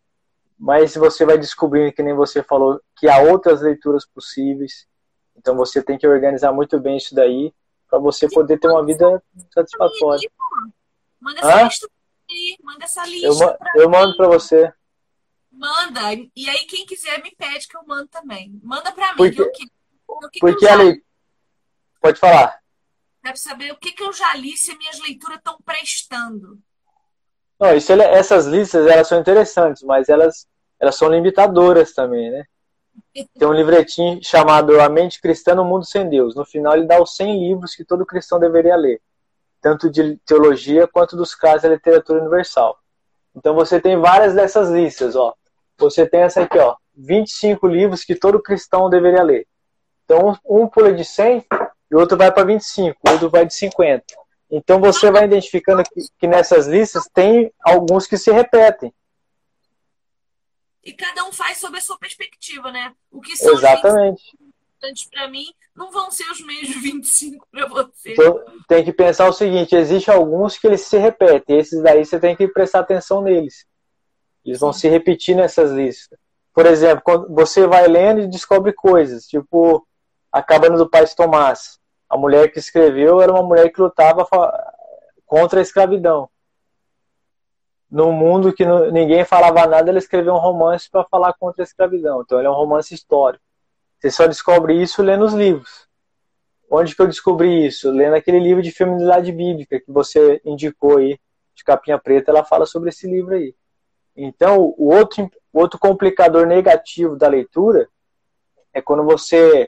mas você vai descobrindo, que nem você falou, que há outras leituras possíveis. Então você tem que organizar muito bem isso daí para você poder ter uma vida satisfatória. Manda essa lista aí, manda essa lista. Eu mando para você. Manda. E aí quem quiser me pede que eu mando também. Manda para mim. Porque a leitura... Pode falar. Quero saber o que eu já li, se minhas leituras estão prestando. Não, essas listas, elas são interessantes, mas elas são limitadoras também, né? Tem um livretinho chamado A Mente Cristã no Mundo Sem Deus. No final ele dá os 100 livros que todo cristão deveria ler, tanto de teologia quanto dos clássicos da literatura universal. Então você tem várias dessas listas, Você tem essa aqui, 25 livros que todo cristão deveria ler. Então um pula de 100 e o outro vai para 25, o outro vai de 50. Então você vai identificando que nessas listas tem alguns que se repetem. E cada um faz sob a sua perspectiva, né? O que são os 25 Exatamente. importantes para mim não vão ser os mesmos 25 para você. Então, tem que pensar o seguinte, existem alguns que eles se repetem, esses daí você tem que prestar atenção neles. Eles vão se repetir nessas listas. Por exemplo, quando você vai lendo e descobre coisas, tipo a Cabana do Pai de Tomás. A mulher que escreveu era uma mulher que lutava contra a escravidão. Num mundo que ninguém falava nada, ela escreveu um romance para falar contra a escravidão. Então ele é um romance histórico. Você só descobre isso lendo os livros. Onde que eu descobri isso? Lendo aquele livro de feminilidade bíblica que você indicou aí, de capinha preta, ela fala sobre esse livro aí. Então, o outro complicador negativo da leitura é quando você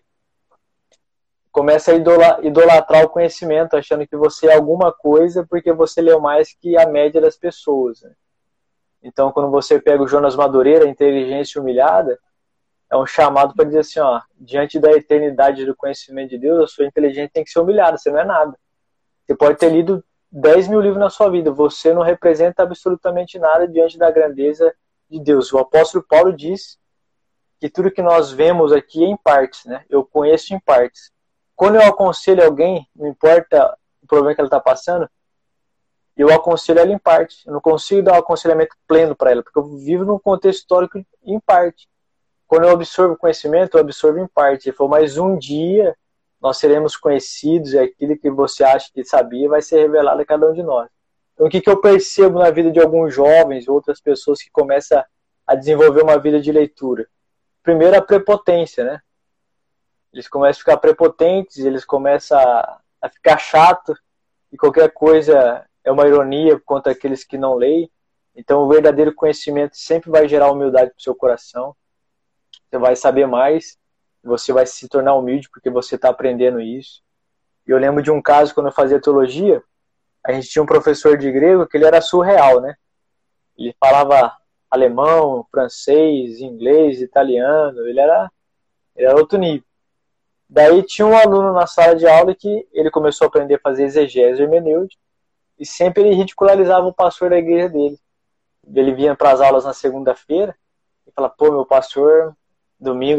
começa a idolatrar o conhecimento, achando que você é alguma coisa porque você leu mais que a média das pessoas. Né? Então, quando você pega o Jonas Madureira, Inteligência Humilhada, é um chamado para dizer assim, ó, diante da eternidade do conhecimento de Deus, a sua inteligência tem que ser humilhada, você não é nada. Você pode ter lido 10 mil livros na sua vida, você não representa absolutamente nada diante da grandeza de Deus. O apóstolo Paulo diz que tudo que nós vemos aqui é em partes, né? Eu conheço em partes. Quando eu aconselho alguém, não importa o problema que ela está passando, eu aconselho ela em parte. Eu não consigo dar um aconselhamento pleno para ela, porque eu vivo num contexto histórico em parte. Quando eu absorvo conhecimento, eu absorvo em parte. Ele falou, mas um dia nós seremos conhecidos e aquilo que você acha que sabia vai ser revelado a cada um de nós. Então, o que eu percebo na vida de alguns jovens, outras pessoas que começam a desenvolver uma vida de leitura? Primeiro, a prepotência, né? Eles começam a ficar prepotentes, eles começam a ficar chato e qualquer coisa é uma ironia contra aqueles que não leem. Então, o verdadeiro conhecimento sempre vai gerar humildade para o seu coração. Você vai saber mais, você vai se tornar humilde porque você está aprendendo isso. E eu lembro de um caso, quando eu fazia teologia, a gente tinha um professor de grego que ele era surreal, né? Ele falava alemão, francês, inglês, italiano, ele era outro nível. Daí tinha um aluno na sala de aula que ele começou a aprender a fazer exegese hermenêutica e sempre ele ridicularizava o pastor da igreja dele. Ele vinha para as aulas na segunda-feira e falava, pô, meu pastor, domingo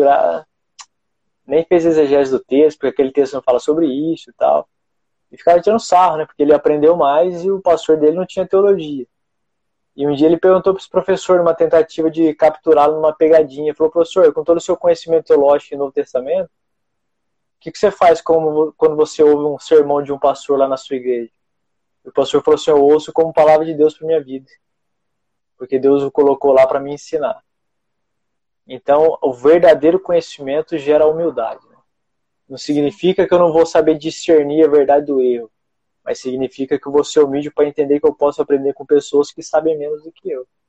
nem fez exegese do texto, porque aquele texto não fala sobre isso e tal. E ficava tirando sarro, né? Porque ele aprendeu mais e o pastor dele não tinha teologia. E um dia ele perguntou para os professores, numa tentativa de capturá-lo numa pegadinha, falou, professor, com todo o seu conhecimento teológico e Novo Testamento, o que você faz quando você ouve um sermão de um pastor lá na sua igreja? O pastor falou assim, eu ouço como palavra de Deus para minha vida. Porque Deus o colocou lá para me ensinar. Então, o verdadeiro conhecimento gera humildade. Né? Não significa que eu não vou saber discernir a verdade do erro, mas significa que eu vou ser humilde para entender que eu posso aprender com pessoas que sabem menos do que eu.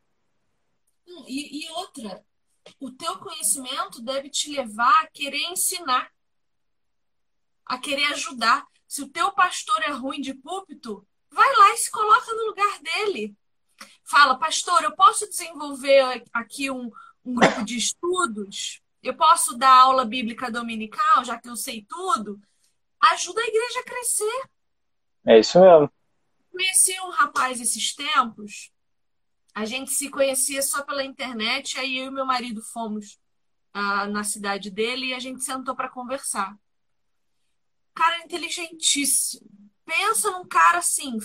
E outra, o teu conhecimento deve te levar a querer ensinar, a querer ajudar. Se o teu pastor é ruim de púlpito, vai lá e se coloca no lugar dele. Fala, pastor, eu posso desenvolver aqui um grupo de estudos? Eu posso dar aula bíblica dominical, já que eu sei tudo? Ajuda a igreja a crescer. É isso mesmo. Conheci um rapaz esses tempos, a gente se conhecia só pela internet, aí eu e meu marido fomos na cidade dele e a gente sentou para conversar. Cara inteligentíssimo. Pensa num cara assim,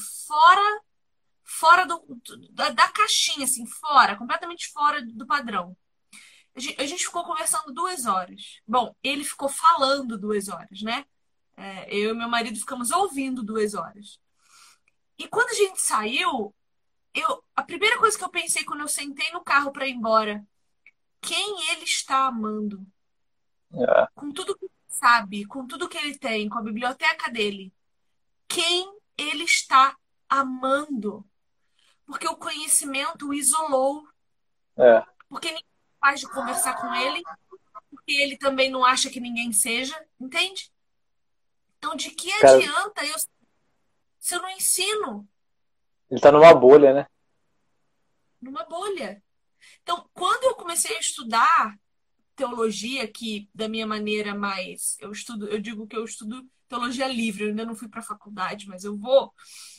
fora da caixinha, assim, fora, completamente fora do padrão. A gente ficou conversando 2 horas. Bom, ele ficou falando 2 horas, né? Eu e meu marido ficamos ouvindo 2 horas. E quando a gente saiu, a primeira coisa que eu pensei quando eu sentei no carro para ir embora, quem ele está amando? É. Com tudo que ele sabe, com tudo que ele tem, com a biblioteca dele, quem ele está amando? Porque o conhecimento o isolou. É. Porque ninguém é capaz de conversar com ele, porque ele também não acha que ninguém seja, entende? Então, de que Cara, adianta se eu não ensino? ele tá numa bolha, né? Numa bolha. Então, quando eu comecei a estudar teologia, que da minha maneira mais eu digo que eu estudo teologia livre, eu ainda não fui para a faculdade, mas eu vou.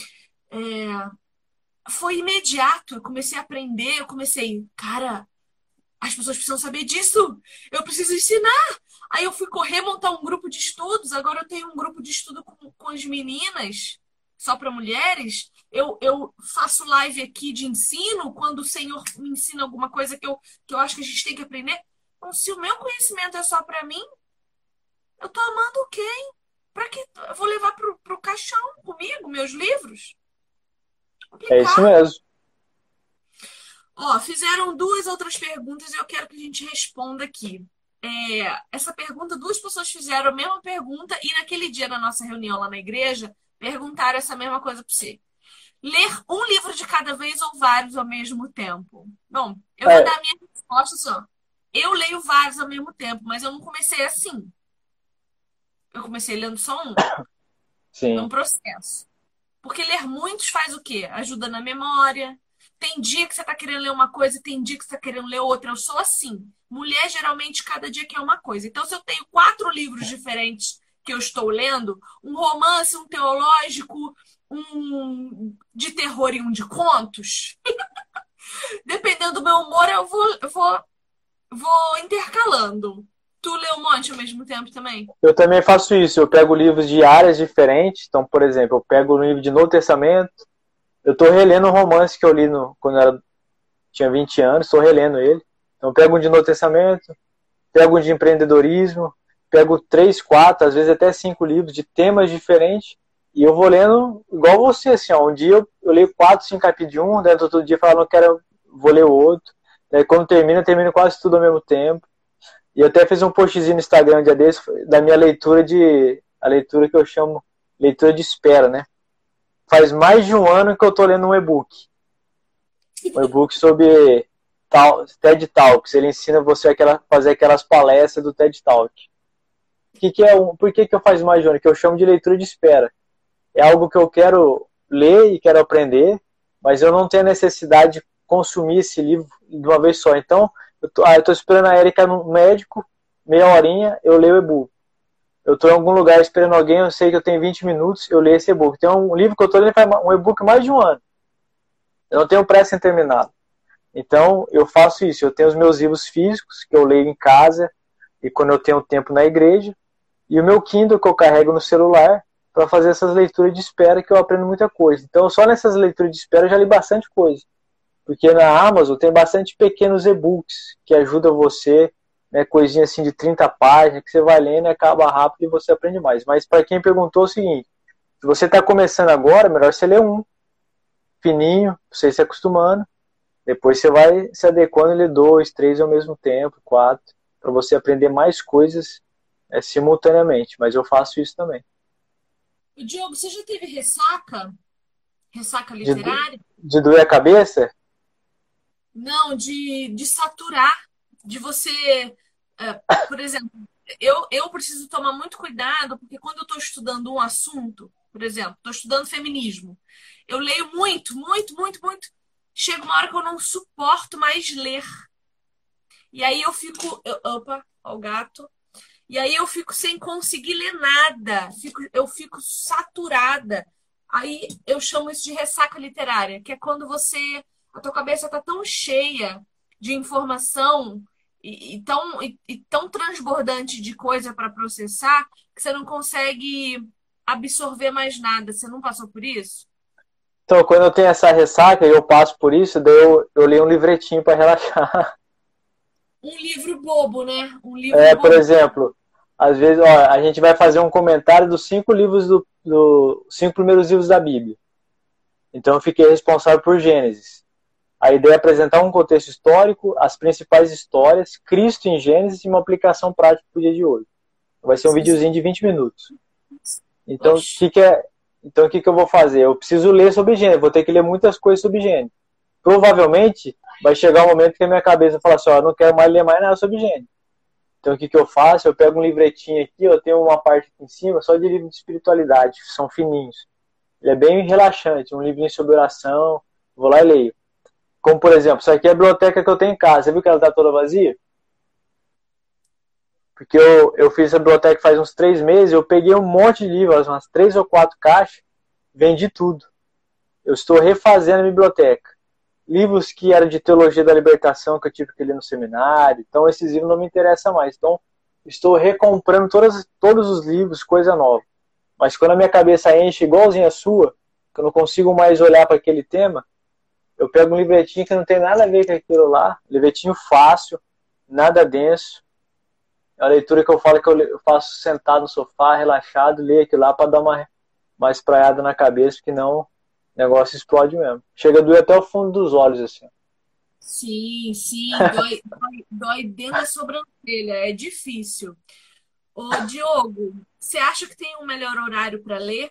Foi imediato, eu comecei a aprender, cara, as pessoas precisam saber disso, eu preciso ensinar. Aí eu fui correr, montar um grupo de estudos, agora eu tenho um grupo de estudo com as meninas, só para mulheres. Eu faço live aqui de ensino, quando o Senhor me ensina alguma coisa que eu acho que a gente tem que aprender. Então, se o meu conhecimento é só para mim, eu tô amando quem? Para que eu vou levar pro caixão comigo, meus livros? É isso Complicado. mesmo. Ó, fizeram duas outras perguntas e eu quero que a gente responda aqui. Essa pergunta, duas pessoas fizeram a mesma pergunta e naquele dia da nossa reunião lá na igreja, perguntaram essa mesma coisa para você. Ler um livro de cada vez ou vários ao mesmo tempo? Bom, eu vou dar a minha resposta só. Eu leio vários ao mesmo tempo, mas eu não comecei assim. Eu comecei lendo só um. É um Sim. processo. Porque ler muitos faz o quê? Ajuda na memória. Tem dia que você está querendo ler uma coisa e tem dia que você está querendo ler outra. Eu sou assim. Mulher, geralmente, cada dia quer uma coisa. Então, se eu tenho 4 livros diferentes que eu estou lendo, um romance, um teológico, um de terror e um de contos, dependendo do meu humor, eu vou intercalando. Tu lê um monte ao mesmo tempo também? Eu também faço isso. Eu pego livros de áreas diferentes. Então, por exemplo, eu pego um livro de Novo Testamento. Eu estou relendo um romance que eu li quando eu tinha 20 anos. Estou relendo ele. Então, eu pego um de Novo Testamento, pego um de empreendedorismo, pego 3, 4, às vezes até 5 livros de temas diferentes. E eu vou lendo igual você. Assim, ó, um dia eu leio 4, 5 capítulos de um, daí outro dia eu falo, não quero, vou ler o outro. Daí quando termina, eu termino quase tudo ao mesmo tempo. E eu até fiz um postzinho no Instagram um dia desse, da minha leitura a leitura que eu chamo leitura de espera, né? Faz mais de um ano que eu tô lendo um e-book. Um e-book sobre TED Talks. Ele ensina você a fazer aquelas palestras do TED Talk. Por que eu faço mais de um ano? Que eu chamo de leitura de espera. É algo que eu quero ler e quero aprender, mas eu não tenho a necessidade de consumir esse livro de uma vez só. Então, eu tô esperando a Erika no médico, meia horinha, eu leio o e-book. Eu tô em algum lugar esperando alguém, eu sei que eu tenho 20 minutos, eu leio esse e-book. Tem um livro que eu tô lendo, faz um e-book mais de um ano. Eu não tenho pressa em terminar. Então, eu faço isso. Eu tenho os meus livros físicos, que eu leio em casa, e quando eu tenho tempo na igreja, e o meu Kindle, que eu carrego no celular, para fazer essas leituras de espera, que eu aprendo muita coisa. Então, só nessas leituras de espera eu já li bastante coisa. Porque na Amazon tem bastante pequenos e-books que ajudam você, né, coisinha assim de 30 páginas, que você vai lendo e acaba rápido e você aprende mais. Mas para quem perguntou é o seguinte, se você está começando agora, melhor você ler um, fininho, pra você se acostumando, depois você vai se adequando e ler 2, 3 ao mesmo tempo, 4, para você aprender mais coisas simultaneamente. Mas eu faço isso também. Diogo, você já teve ressaca? Ressaca De, literária? de doer a cabeça? Não, de saturar, de você, por exemplo, eu preciso tomar muito cuidado, porque quando eu estou estudando um assunto, por exemplo, estou estudando feminismo, eu leio muito, muito, muito, muito. Chega uma hora que eu não suporto mais ler. E aí eu fico. Opa, ó o gato. E aí eu fico sem conseguir ler nada. Eu fico saturada. Aí eu chamo isso de ressaca literária, que é quando a tua cabeça está tão cheia de informação e tão transbordante de coisa para processar que você não consegue absorver mais nada. Você não passou por isso? Então, quando eu tenho essa ressaca e eu passo por isso, daí eu leio um livretinho para relaxar. Um livro bobo, né? Um livro Por bobo. exemplo, às vezes, ó, a gente vai fazer um comentário dos 5 livros 5 primeiros livros da Bíblia. Então, eu fiquei responsável por Gênesis. A ideia é apresentar um contexto histórico, as principais histórias, Cristo em Gênesis e uma aplicação prática para o dia de hoje. Vai ser um videozinho de 20 minutos. Então, Oxe. o que eu vou fazer? Eu preciso ler sobre Gênesis, vou ter que ler muitas coisas sobre Gênesis. Provavelmente, vai chegar um momento que a minha cabeça fala assim, ó, eu não quero mais ler mais nada sobre Gênesis. Então, o que eu faço? Eu pego um livretinho aqui, eu tenho uma parte aqui em cima só de livro de espiritualidade, que são fininhos. Ele é bem relaxante, um livrinho sobre oração, vou lá e leio. Como, por exemplo, isso aqui é a biblioteca que eu tenho em casa. Você viu que ela está toda vazia? Porque eu fiz a biblioteca faz uns 3 meses, eu peguei um monte de livros, umas 3 ou 4 caixas, vendi tudo. Eu estou refazendo a biblioteca. Livros que eram de teologia da libertação, que eu tive que ler no seminário, então esses livros não me interessam mais. Então, estou recomprando todos os livros, coisa nova. Mas quando a minha cabeça enche igualzinha a sua, que eu não consigo mais olhar para aquele tema, eu pego um livretinho que não tem nada a ver com aquilo lá, livretinho fácil, nada denso. É a leitura que eu falo que eu faço sentado no sofá, relaxado, leio aquilo lá para dar uma espraiada na cabeça, que não o negócio explode mesmo. Chega a doer até o fundo dos olhos, assim. Sim, sim, dói dentro da sobrancelha, é difícil. Ô, Diogo, você acha que tem um melhor horário para ler?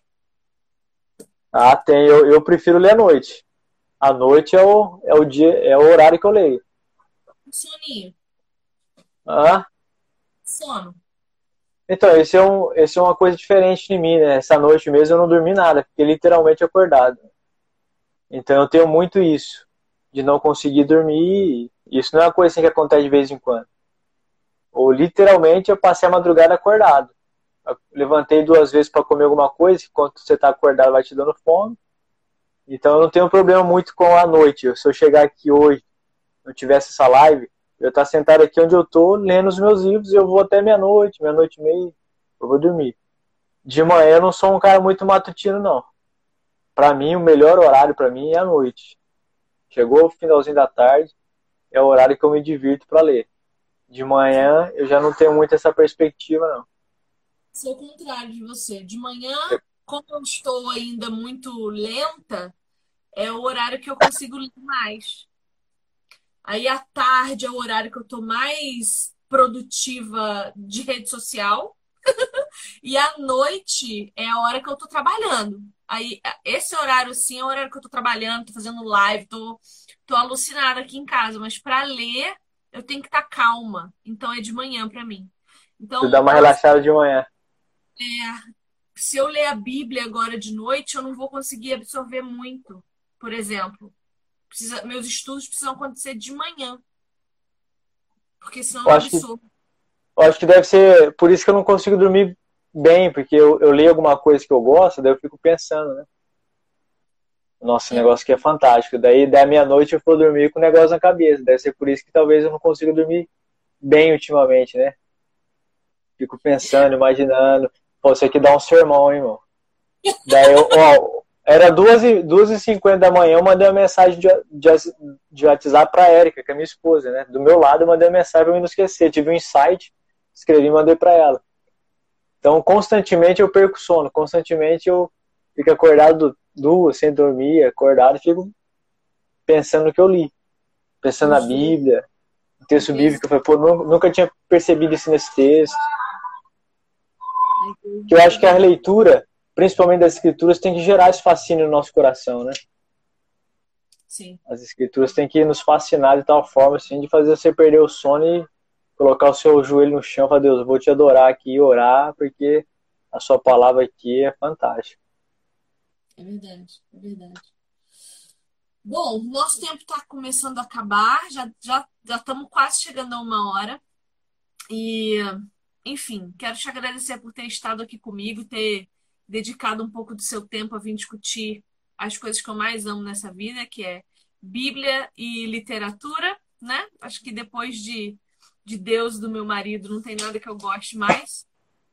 Ah, tem. Eu prefiro ler à noite. À noite é o dia, é o horário que eu leio. Soninho, Ah, sono. então, esse é uma coisa diferente de mim, né? Essa noite mesmo eu não dormi nada, fiquei literalmente acordado. Então eu tenho muito isso, de não conseguir dormir. Isso não é uma coisa assim que acontece de vez em quando. Ou literalmente eu passei a madrugada acordado. Eu levantei 2 vezes para comer alguma coisa, enquanto você está acordado vai te dando fome. Então eu não tenho problema muito com a noite. Se eu chegar aqui hoje, não tivesse essa live, eu estar sentado aqui onde eu estou, lendo os meus livros, e eu vou até meia-noite, meia-noite e meia, eu vou dormir. De manhã eu não sou um cara muito matutino, não. Para mim, o melhor horário para mim é a noite. Chegou o finalzinho da tarde, é o horário que eu me divirto para ler. De manhã eu já não tenho muito essa perspectiva, não. Sou o contrário de você. De manhã, como eu estou ainda muito lenta, é o horário que eu consigo ler mais. Aí à tarde é o horário que eu tô mais produtiva de rede social. E à noite é a hora que eu tô trabalhando. Aí esse horário sim é o horário que eu tô trabalhando, tô fazendo live, tô alucinada aqui em casa. Mas para ler, eu tenho que estar calma. Então é de manhã para mim. Você dá Então, uma relaxada de manhã. se eu ler a Bíblia agora de noite, eu não vou conseguir absorver muito. Por exemplo, meus estudos precisam acontecer de manhã, porque senão eu Eu não acho que, absorvo. eu acho que deve ser por isso que eu não consigo dormir bem, porque eu leio alguma coisa que eu gosto, daí eu fico pensando, né? Nossa, o É, negócio aqui é fantástico. Daí, da meia-noite, eu for dormir com o negócio na cabeça. Deve ser por isso que talvez eu não consiga dormir bem ultimamente, né? Fico pensando, imaginando. Pô, isso aqui dá um sermão, hein, irmão? Daí, era 2h50 da manhã, eu mandei uma mensagem de WhatsApp pra Erika, que é minha esposa, né? Do meu lado, eu mandei uma mensagem pra mim não esquecer. Tive um insight, escrevi e mandei pra ela. Então, constantemente eu perco sono. Constantemente eu fico acordado 2, sem dormir, acordado, e fico pensando no que eu li. Pensando eu na sou Bíblia, no texto mesmo. bíblico. Eu falei, pô, nunca tinha percebido isso nesse texto. Aí, Que eu é acho que a verdade. leitura, principalmente das escrituras, tem que gerar esse fascínio no nosso coração, né? Sim. As escrituras têm que nos fascinar de tal forma, assim, de fazer você perder o sono e colocar o seu joelho no chão e falar, Deus, eu vou te adorar aqui e orar, porque a sua palavra aqui é fantástica. É verdade, é verdade. Bom, nosso tempo está começando a acabar, já estamos quase chegando a 1 hora. E, enfim, quero te agradecer por ter estado aqui comigo, ter dedicado um pouco do seu tempo a vir discutir as coisas que eu mais amo nessa vida, que é Bíblia e literatura, né? Acho que depois de Deus, do meu marido, não tem nada que eu goste mais.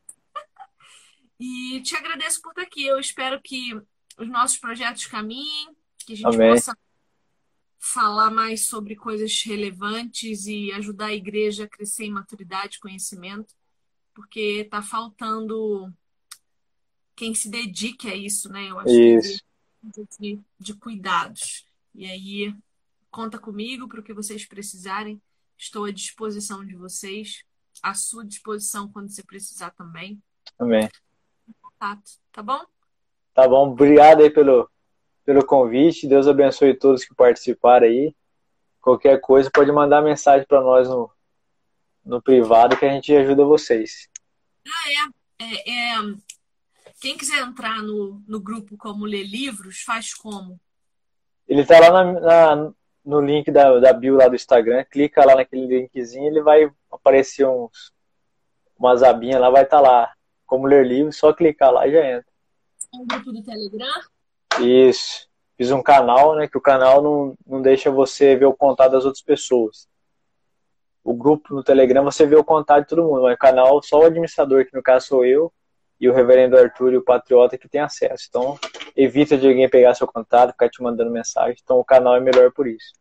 E te agradeço por estar aqui. Eu espero que os nossos projetos caminhem, que a gente Amém. possa falar mais sobre coisas relevantes e ajudar a igreja a crescer em maturidade e conhecimento, porque está faltando quem se dedique a isso, né? Eu acho que a igreja Isso. precisa de cuidados. E aí, conta comigo para o que vocês precisarem. Estou à disposição de vocês, à sua disposição quando você precisar também. Amém. Tá bom? Tá bom, obrigado aí pelo convite. Deus abençoe todos que participaram aí. Qualquer coisa, pode mandar mensagem para nós no privado que a gente ajuda vocês. É, quem quiser entrar no grupo como ler livros, faz como? Ele tá lá no link da bio lá do Instagram. Clica lá naquele linkzinho, ele vai aparecer umas abinhas lá, vai estar lá. Como ler livros, só clicar lá e já entra. Um grupo do Telegram? Isso. Fiz um canal, né? Que o canal não deixa você ver o contato das outras pessoas. O grupo no Telegram você vê o contato de todo mundo, mas o canal só o administrador, que no caso sou eu, e o reverendo Arthur e o Patriota que tem acesso. Então, evita de alguém pegar seu contato, ficar te mandando mensagem. Então, o canal é melhor por isso.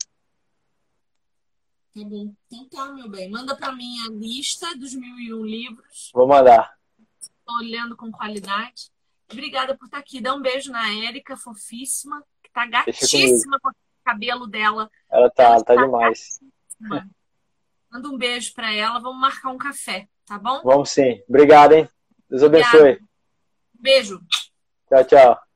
Tá bom. Então tá, meu bem. Manda pra mim a lista dos 1001 livros. Vou mandar. Estou olhando com qualidade. Obrigada por estar aqui. Dá um beijo na Érica, fofíssima, que tá gatíssima com o cabelo dela. Ela tá demais. Gatíssima. Manda um beijo para ela. Vamos marcar um café, tá bom? Vamos sim. Obrigado, hein? Deus abençoe. Beijo. Tchau, tchau.